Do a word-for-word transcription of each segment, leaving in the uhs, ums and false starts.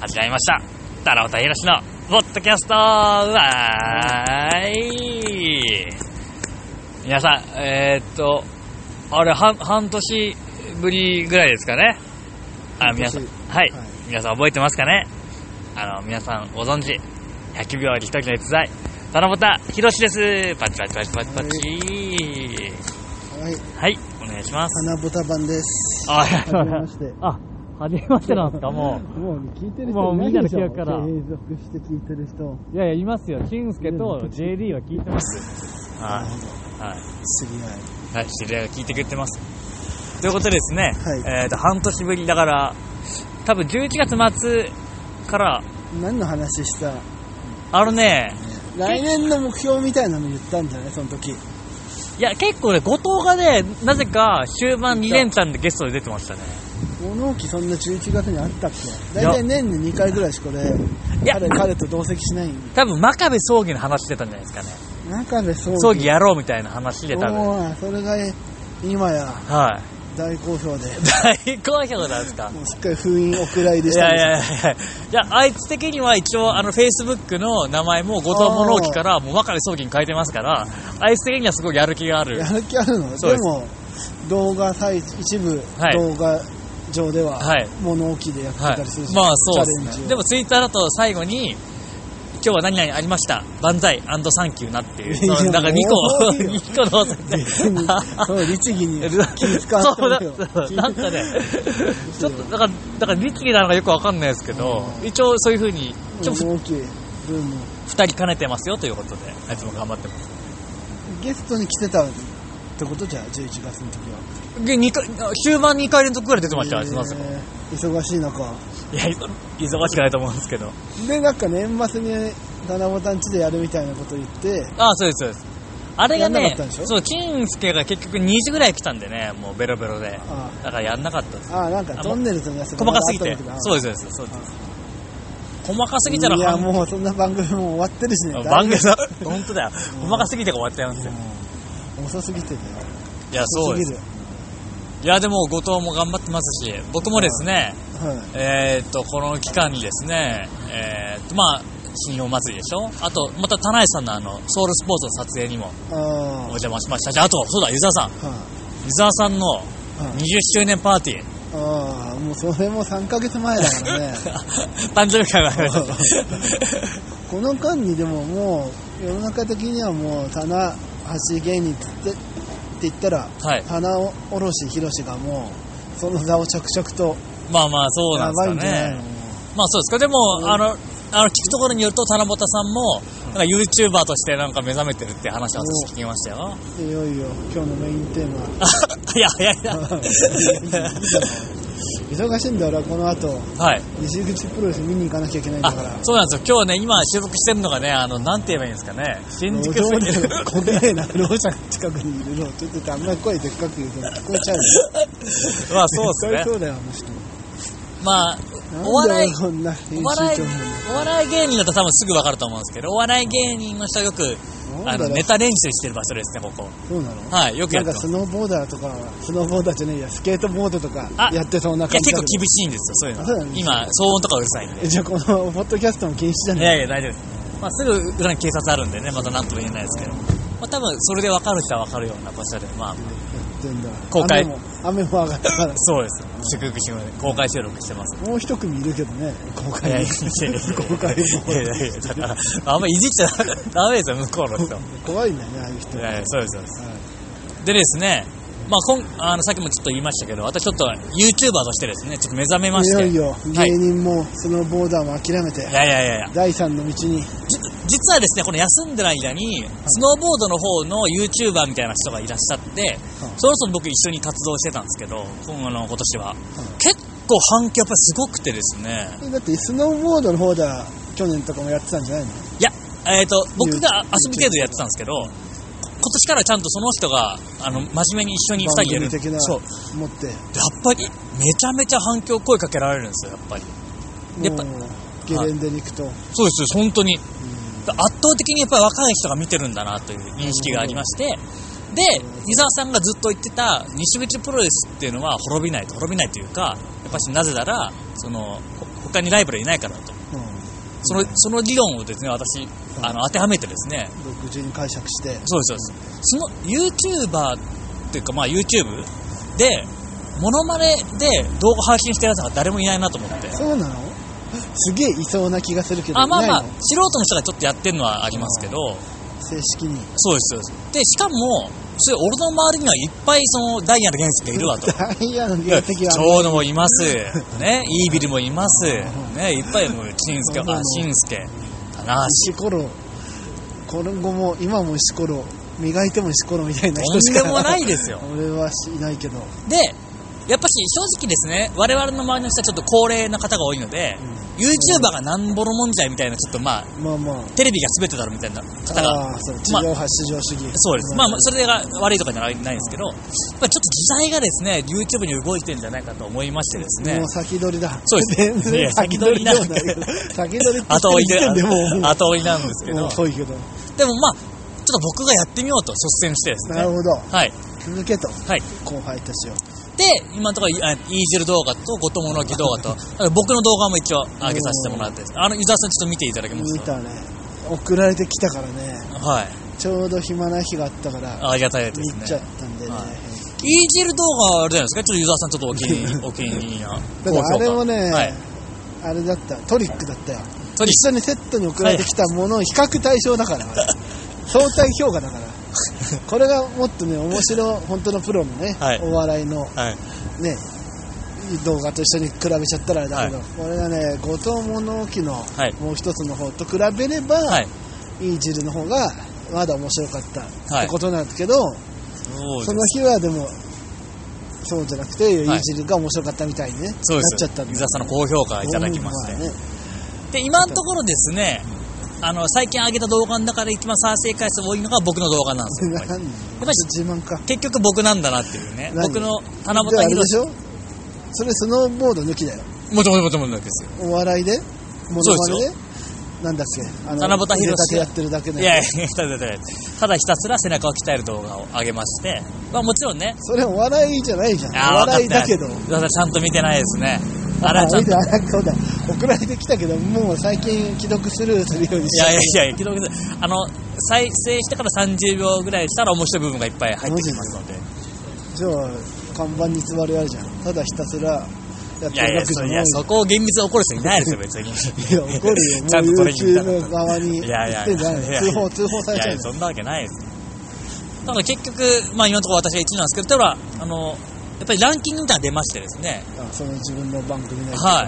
始まりました。田中ひろしのポッドキャストわーい。皆さん、えー、っと、あれ、半、半年ぶりぐらいですかね。あ、皆さん、はい、はい。皆さん覚えてますかね。あの、皆さんご存知、ひゃくびょうに一人の逸材、田中ひろしです。パチパチパチパチパチ。 はい。 はい、お願いします。 花ボタ版です。 あ、 はじめまして。 あ、はじめましてなんですか、もう。 もう聞いてる人いないでしょ。もうみんなの記憶から。継続して聞いてる人。 いやいや、いますよ。俊介と ジェーディー は聞いてます。はい。はい。 知り合い。 はい、知り合いが聞いてくれてます。ということでですね、 はい、 えっと、半年ぶりだから、多分じゅういちがつ末から、 何の話した？ あのね、 来年の目標みたいなの言ったんじゃないその時。 いや、結構ね、後藤がね、なぜか終盤に連チャンでゲストで出てましたね。 物置そんなじゅういちがつにあったっけ？大体年ににかいぐらいしかで、彼、彼と同席しないんで。 多分、真壁葬儀の話してたんじゃないですかね。 真壁葬儀。 葬儀やろうみたいな話で多分。 おそれが今や、 はい。 大好評で。 大好評なんですか？ もうすっかり封印お蔵入りしたんです。 いやいやいやいや、あいつ的には一応、あの、Facebook の名前も後藤物置から、もう真壁葬儀に変えてますから、あいつ的にはすごいやる気がある。 やる気あるの？でも、動画最、一部、動画上では、物置でやってたりするじゃん。 はい、まあそうですね。でも Twitter だと最後に、今日は何々ありました。万歳&サンキューなっていう。そうだからにこ、にこのせて。 そう、律儀に気使わせてるよ。 そうだ、なんかね、ちょっと、だから、だから律儀なのかよくわかんないですけど、一応そういう風に、 ちょっと大きいルーム。 二人兼ねてますよということで、あいつも頑張ってます。 ゲストに来てたってことじゃ、じゅういちがつの時は。 で、にかい、終盤にかい連続ぐらい出てましたよ、あいつなんですか。 忙しい中。 いや、忙しくないと思うんですけど。 で、なんか年末に七ボタン家でやるみたいなこと言って。 ああ、そうです、そうです。あれがね、 そう、金助が結局にじぐらい来たんでね、もうベロベロで。ああだからやんなかったです。 ああ、なんかトンネルズのやつ細かすぎて。そうです、そうです、そうです。細かすぎたら、 いや、もうそんな番組も終わってるしね。 番組だ、本当だよ。細かすぎてが終わっちゃいますよ。 遅すぎてだよ。 いや、そうです。いや、でも後藤も頑張ってますし、僕もですね、はい、えー、っとこの期間にですね、えー、っとまあ新日本祭りでしょ。あとまた田内さんのあのソウルスポーツの撮影にもお邪魔しましたし、あとそうだ湯沢さん、はい、湯沢さんのにじゅっしゅうねんパーティー。 ああ、もうそれもさんかげつまえだからね。 誕生日会がありました。 この間にでももう世の中的にはもう棚橋芸人ってって言ったら、はい、棚卸ひろしがもうその座を着々と。 まあまあそうなんですかね。まあそうですか。でも、うん、あのあの聞くところによると田中さんもなんか YouTuber としてなんか目覚めてるって話を私聞きましたよ。 いよいよ今日のメインテーマ。 いやいやいや。 忙しいんだよ俺この後、はい、西口プロレス見に行かなきゃいけないんだから。 そうなんですよ。今日ね今収録してるのがね、あのなんて言えばいいんですかね、新宿すぎる小綺麗なローシャン近くにいるのちょっとあんまり声でっかく言うと聞こえちゃうよ。 まあそうですね。 そうだよあの人。 まあお笑いお笑いお笑い芸人だと多分すぐ分かると思うんですけど、お笑い芸人の人はよくあのネタ練習してる場所ですね、ここ。 そうなの？ はい、よくやってます。 なんかスノーボーダーとかスノーボーダーじゃねえやスケートボードとかやってそうな感じ。 いや結構厳しいんですよ、そういうの。そうなんです。今騒音とかうるさいんで。 じゃあこのポッドキャストも禁止じゃねえ。 いやいや大丈夫です。まあすぐ裏に警察あるんでね、また何とも言えないですけど、まあ多分それで分かる人は分かるような場所で、まあ公開雨も雨も上がったから。 そうです。祝福しまで公開収録してます。 もう一組いるけどね。公開。いやいや公開も。 いやいやいやだからあんまいじっちゃダメですよ向こうの人。 怖いんだよねああいう人。 いやいやそうですそうです。はい、でですね。まあ、こんあのさっきもちょっと言いましたけど、私ちょっと YouTuber としてですねちょっと目覚めまして。 いよいよ芸人もスノーボーダーも諦めて、はい、いやいやいやいや第三の道に。 実はですねこの休んでる間にスノーボードの方の YouTuber みたいな人がいらっしゃって、はい、そろそろ僕一緒に活動してたんですけど今後の今年は、はい、結構反響やっぱりすごくてですね。 だってスノーボードの方では去年とかもやってたんじゃないの？ いや、えーと僕が遊び程度やってたんですけど、今年からちゃんとその人があの真面目に一緒にふたりやる。 そう持ってやっぱりめちゃめちゃ反響声かけられるんですよやっぱり。 やっぱゲレンデに行くと、はい、 そうです本当に、うん、圧倒的にやっぱり若い人が見てるんだなという認識がありまして、で伊沢さんがずっと言ってた西口プロレスっていうのは滅びないと滅びないというか、やっぱしなぜならその他にライバルいないからと、うん、そのその理論をですね私、あの当てはめてですね独自に解釈して、 そうですそうです、その YouTuber っていうかまあ YouTube でモノマネで動画配信してるやつが誰もいないなと思って。 そうなの？すげえいそうな気がするけど。 あ、まあまあ素人の人がちょっとやってるのはありますけど、 正式に。 そうですそうです。でしかもそれ俺の周りにはいっぱいそのダイヤの原石がいるわと。 ダイヤの原石は長野もいますね、イービルもいますね、いっぱいもうしんすけ、あ、しんすけ、棚橋、 石ころ、今後も今も石ころ磨いても石ころみたいな人しかとんでもないですよ。 俺はいないけど。 でやっぱし正直ですね、我々の周りの人はちょっと高齢な方が多いので、うん、YouTuber がなんぼのもんじゃいみたいな、ちょっとまあ、まあまあ、テレビが全てだろみたいな方が、 あそう、地上波至上主義、 まあ、そうです、まあ、まあそれが悪いとかじゃないんですけど、やっぱりちょっと時代がですね YouTube に動いてるんじゃないかと思いましてですね、 もう先取りだ。 そうです全然先取りなんだけど先取りって後追いでも後追いなんですけど、 遅いけど、 でもまあちょっと僕がやってみようと率先してですね、 なるほど、 はい、 続けと、 はい、 後輩たちをで、今のところ、イージル動画と、ごとものき動画と、僕の動画も一応上げさせてもらってです、あの、ユザーさんちょっと見ていただけますか？ 見たね。送られてきたからね。 はい。 ちょうど暇な日があったから、 ありがたいですね。 見ちゃったんでね。はい、 イージル動画あれじゃないですか？ちょっとユザーさんちょっとお気に入り、お気に入りな。 だからあれもね、はい、あれだった、トリックだったよ。一緒にセットに送られてきたものを比較対象だから、相対評価だから。これがもっとね、面白い、本当のプロのね、はい、お笑いの、はいね、動画と一緒に比べちゃったらだけど、はい、これがね、後藤物置のもう一つの方と比べれば、はい、イージルの方がまだ面白かったってことなんだけど、はい、その日はでもそうじゃなくて、イージルが面白かったみたいに、ね、なっちゃったんで、 伊沢さんの高評価いただきまして、ね、で今のところですね、あの最近上げた動画の中で一番再生回数多いのが僕の動画なんですよ。やっぱり自慢か、 結局僕なんだなっていうね。僕の七夕ひろし、 それスノーボード抜きだよ。 もちろんもちろん抜きですよ。 お笑いでモノマネでなんだっけ、あの七夕ひろしやってるだけで、 いやいやただひたすら背中を鍛える動画を上げまして、まあもちろんね、 それお笑いじゃないじゃん。お笑いだけど。 だからちゃんと見てないですね。 あらちゃんとそうだ、送られてきたけど、もう最近既読スルーするようにして、いやいやいや、既読スルー、あの再生してからさんじゅうびょうぐらいしたら面白い部分がいっぱい入ってきますので。 じゃあ看板に座るあるじゃん。ただひたすらやってるわけじゃない。 いやいや、そこを厳密に怒る人いないですよ別に。 いや怒るよ。ちゃんとそれに YouTube 側に言ってんじゃないの。通報通報されちゃう。 いやそんなわけないです。だから結局まあ今のところ私がいちいなんですけど、ただあのやっぱりランキングみたいなの出ましてですね、 あその自分の番組の中で、はい、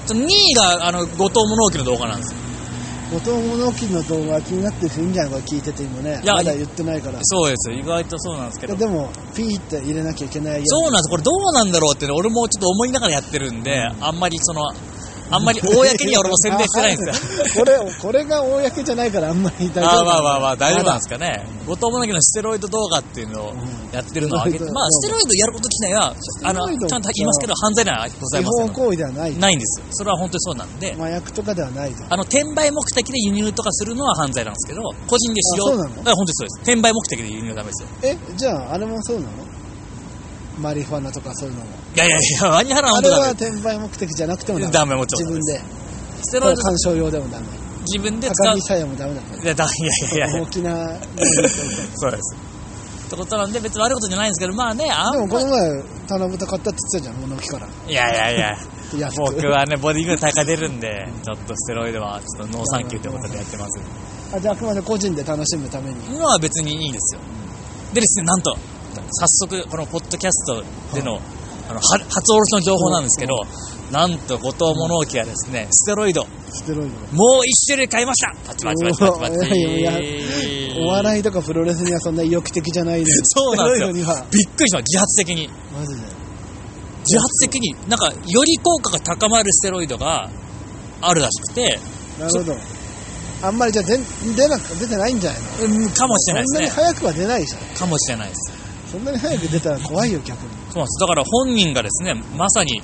にいがあの後藤物置の動画なんですよ。 後藤物置の動画気になってる人いいんじゃないか、聞いててもね、まだ言ってないから。 そうですよ、意外とそうなんですけど、 でもピーって入れなきゃいけないやつ。 そうなんです、これどうなんだろうって、ね、俺もちょっと思いながらやってるんで、うん、あんまりそのあんまり公には俺も宣伝してないんですよ。 これこれが公じゃないからあんまり大丈夫。 あまあまあまあ大丈夫なんですかね。後藤物置のステロイド動画っていうのをやってるのを上げて、うん、まあステロイドやること自体はあのちゃんと言いますけど犯罪ではございません。 違法行為ではない。 ないんですよ。それは本当にそうなんで。 麻薬とかではないと。 あの転売目的で輸入とかするのは犯罪なんですけど、個人で使用。 そうなの？ 本当にそうです。転売目的で輸入はダメですよ。 え、じゃああれもそうなの？マリファナとかそういうのも。 いやいやいや、マリファナは本当ダメ。あれは転売目的じゃなくてもダメ。 ダメ、もちろん。 自分で。 ステロイド鑑賞用でもダメ。 自分で使う。高木さやもダメだね。 いや、だいやいやいや。 大きな。 そうです。ってことなんで別に悪いことじゃないんですけど、まあね、あんまでもこの前七夕買ったって言ってたじゃん、物置から。 いやいやいや。僕はね、ボディービル高出るんで、ちょっとステロイドはちょっとノーサンキューってことでやってます。 あ、じゃああくまで個人で楽しむために。 今は別にいいですよ。でですね、なんと早速このポッドキャストでの、あの初おろしの情報なんですけど、なんと後藤物置はですね、ステロイド、 ステロイドもう一種類買いました。パチパチパチパチパチ。 いやいや、お笑いとかプロレスにはそんな意欲的じゃないです。 そうなんですよ。びっくりした、自発的に。 マジで。 自発的になんかより効果が高まるステロイドがあるらしくて。 なるほど。あんまりじゃあ出な出てないんじゃないの？ うん、かもしれないですね。 そんなに早くは出ないじゃん。 かもしれないです。 そんなに早く出たら怖いよ逆に。 そうなんです。だから本人がですね、まさに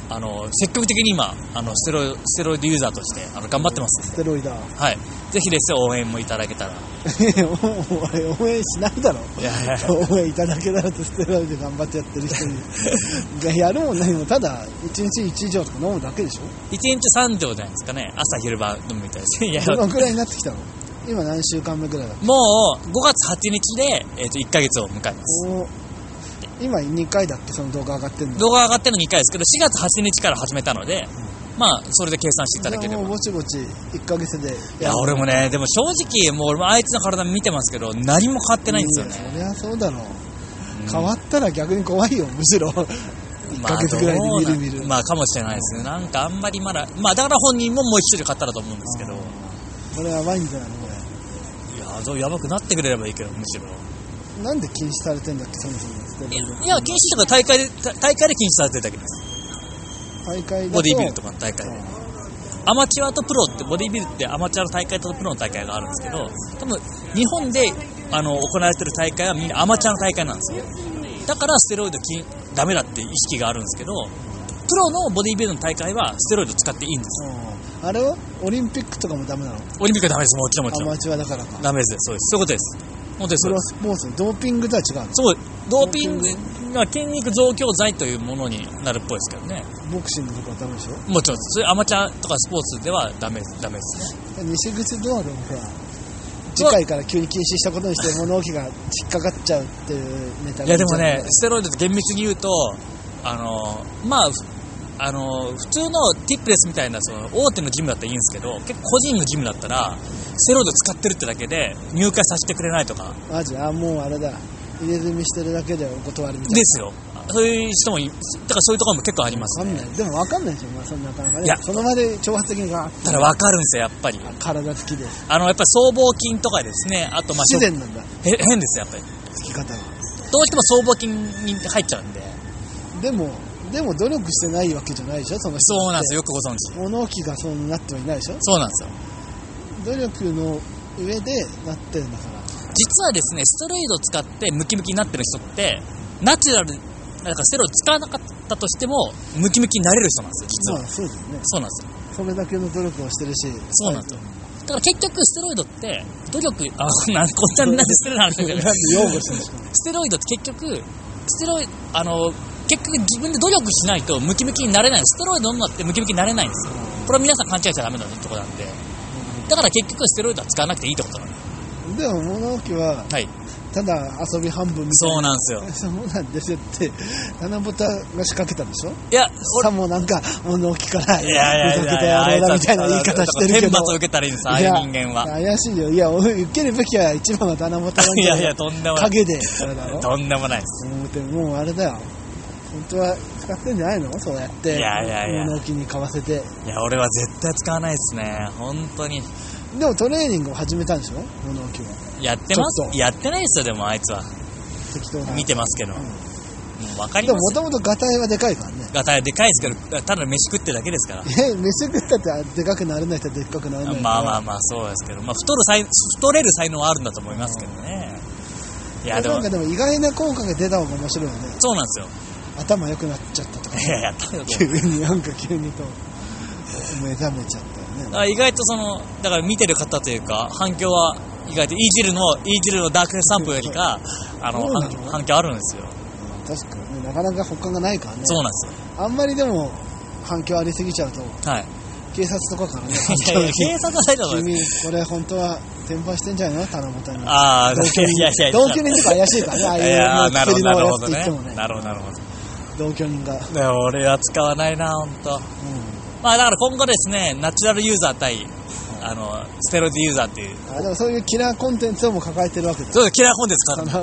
あの積極的に今あのステロイステロイドユーザーとしてあの頑張ってますんで、 ステロイダー、 はい、ぜひですね応援もいただけたら応援しないだろ。 いやいや応援いただけたらとステロイド頑張ってやってる人にがやるも何もただいちにちいち錠とか飲むだけでしょ。 いちにちさん錠じゃないですかね。朝昼晩飲むみたいですね。いやどのくらいになってきたの今何週間目ぐらいだ。 もうごがつはちにちで、えー、といっかげつを迎えます。 今にかいだっけその動画上がってるの。 動画上がってるのにかいですけどしがつはちにちから始めたので、うん、まあそれで計算していただければ。 もうぼちぼちいっかげつで。 いや俺もねでも正直もう俺もあいつの体見てますけど何も変わってないんですよね。 いやそりゃそうだろう、うん、変わったら逆に怖いよむしろいっかげつぐらいで見る見る。 まあかもしれないですね。なんかあんまりまだまあだから本人ももう一種類買ったらと思うんですけど、 これやばいんじゃないのこれ。 いやそうやばくなってくれればいいけどむしろ。 なんで禁止されてんだっけそもそも。 いや禁止とか大会で大会で禁止されてるだけです。 大会だとボディビルとかの大会で、アマチュアとプロってボディビルってアマチュアの大会とプロの大会があるんですけど、多分日本であの行われてる大会はみんなアマチュアの大会なんですよ。だからステロイド禁ダメだって意識があるんですけど、プロのボディビルの大会はステロイド使っていいんですよ。 あれはオリンピックとかもダメなの。 オリンピックはダメです。もちろんもちろんアマチュアだからかダメです。そうです。そういうことです。本当にそうです。 それはスポーツドーピングとは違うの。 そうドーピングが筋肉増強剤というものになるっぽいですけどね。 ボクシングとかはダメでしょ。 もちろんそれアマチュアとかスポーツではダメダメですね。 西口ドアでもほら次回から急に禁止したことにして物置が引っかかっちゃうっていうネタが。 いやでもねステロイドって厳密に言うとあのまああの普通のティップレスみたいなその大手のジムだったらいいんですけど、結構個人のジムだったらステロイド使ってるってだけで入会させてくれないとか。 マジあもうあれだ入れ墨してるだけでお断りみたいなですよ。そういう人もいだからそういうところも結構ありますね。 分かんないでも分かんないでしょ、まあ、そんななかなかね。いやその場で挑発的にガーッただ分かるんですよやっぱり。 体つきであのやっぱり僧帽筋とかですね、あとまあ自然なんだへ変ですよやっぱりつき方が。 どうしても僧帽筋に入っちゃうんで。 でもでも努力してないわけじゃないでしょその人。 そうなんですよ、よくご存知。 物置がそうなってはいないでしょ。 そうなんですよ。 努力の上でなってるんだから。 実はですねステロイドを使ってムキムキになってる人ってナチュラルなんかステロイド使わなかったとしてもムキムキになれる人なんですよ実は。 まあそうだよね。 そうなんですよ。 それだけの努力をしてるし。 そうなんですよ。だから結局ステロイドって努力あこんなこんななんでステロイドなんですけど擁護してるしかステロイドって結局ステロイドあの結局自分で努力しないとムキムキになれない。ステロイド飲んだってムキムキになれないんですよ。これは皆さん勘違いしちゃダメなところなんで、だから結局ステロイドは使わなくていいってことなんです。 でも物置は、はい、ただ遊び半分みたいな。 そうなんですよ。 そうなんですよって七夕が仕掛けたでしょ。 いやさもなんか物置からいやいやいやいややろうだみたいな言い方してるけど、 天罰を受けたらいいんですああいう人間は。 怪しいよ。いや受けるべきは一番は七夕なんじゃない。 いやいやとんでもない影であれだろ。 とんでもないです。 もうあれだよ本当は使ってんじゃないのそうやっていやいやいや物置に買わせて。 いや俺は絶対使わないですね本当に。 でもトレーニングを始めたんでしょ物置は。 やってますやってないですよでもあいつは適当な見てますけど、うん、もう分かりますよ。 でももともとガタイはでかいからね。 ガタイでかいですけどただ飯食ってるだけですから。 え飯食ったってでかくなれない人はでっかくなれない。 まあまあまあそうですけど、まあ、太る才太れる才能はあるんだと思いますけどね。 いやでもなんかでも意外な効果が出た方が面白いよね。 そうなんですよ。 頭良くなっちゃったとか、ね、 いやいや急になんか急にと目覚めちゃったよね。 あ意外とそのだから見てる方というか反響は意外とイージルのイージルのダークネス散歩よりかあの反反響あるんですよ。 確かに、ね、なかなか他がないからね。 そうなんですよ。 あんまりでも反響ありすぎちゃうと、はい、警察とかからねいやいや警察はないと思います。 君これ本当は転売してんじゃないの七夕に。 ああ同居人いやいや同居人とか怪しいからねああいういやなるほどなるほどね。 って言ってもねなるほどなるほど。 同居人が。 でも俺は使わないな本当。うん、まあだから今後ですねナチュラルユーザー対あのステロイドユーザーっていう。 あでもそういうキラーコンテンツをも抱えてるわけです。 そうですキラーコンテンツから。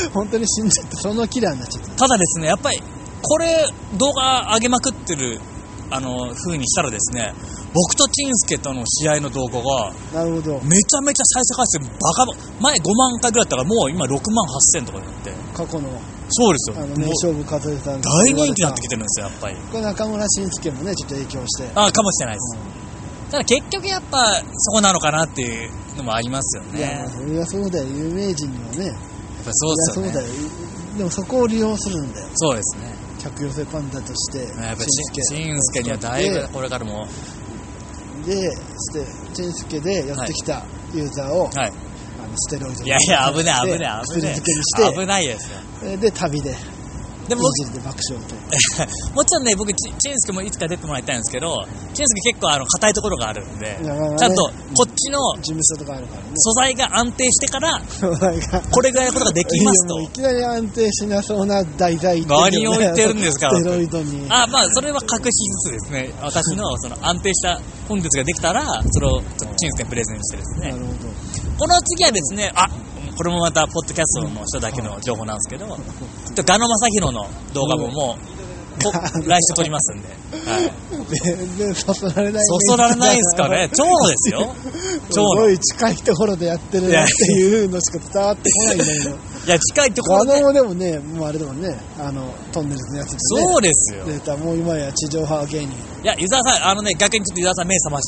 本当に死んじゃってそのキラーになっちゃった。 ただですねやっぱりこれ動画上げまくってるあの風にしたらですね僕とチンスケとの試合の動画がなるほどめちゃめちゃ再生回数バカバ前ごまんかいぐらいだったからもう今ろくまんはっせんとかになって過去のそうですよあの名勝負数えた大人気になってきてるんですよやっぱり。 これ中村慎介もねちょっと影響してあかもしれないです、うん、ただ結局やっぱそこなのかなっていうのもありますよね。 いやそれはそうだよ有名人にはねやっぱそうですよね。 いやそうだよでもそこを利用するんだよ。 そうですね客寄せパンダとしてやっぱりしんすけにはだいぶこれからもでしてしんすけでやってきたユーザーを、はい、あのステロイドいやいや危ない危ない危ない薬漬けにして危ないですよで旅ででもで爆笑みたいなもちろんね僕ちんすけもいつか出てもらいたいんですけどちんすけ結構あの硬いところがあるんで、まあまあね、ちゃんとこっちの事務所とかあるからね素材が安定してからこれぐらいのことができますとい, いきなり安定しなそうな題材言ってる、ね、何を言ってるんですかステロイドにあまあそれは隠しつつですね私のその安定したコンテンツができたらそれをちんすけにプレゼンしてですねなるほどこの次はですねあこれもまたポッドキャストの人だけの情報なんですけどガノ正宏の動画ももう来週撮りますんで、はい、 全然そそられないそそられないですかね長野ですよ長野すごい近いところでやってるなっていうのしか伝わってこないんだけどいや近いところでガノもでもねもうあれでもねあのトンネルズのやつでねそうですよ出たもう今や地上波芸人いや湯沢さんあのね逆にちょっと湯沢さん目覚まし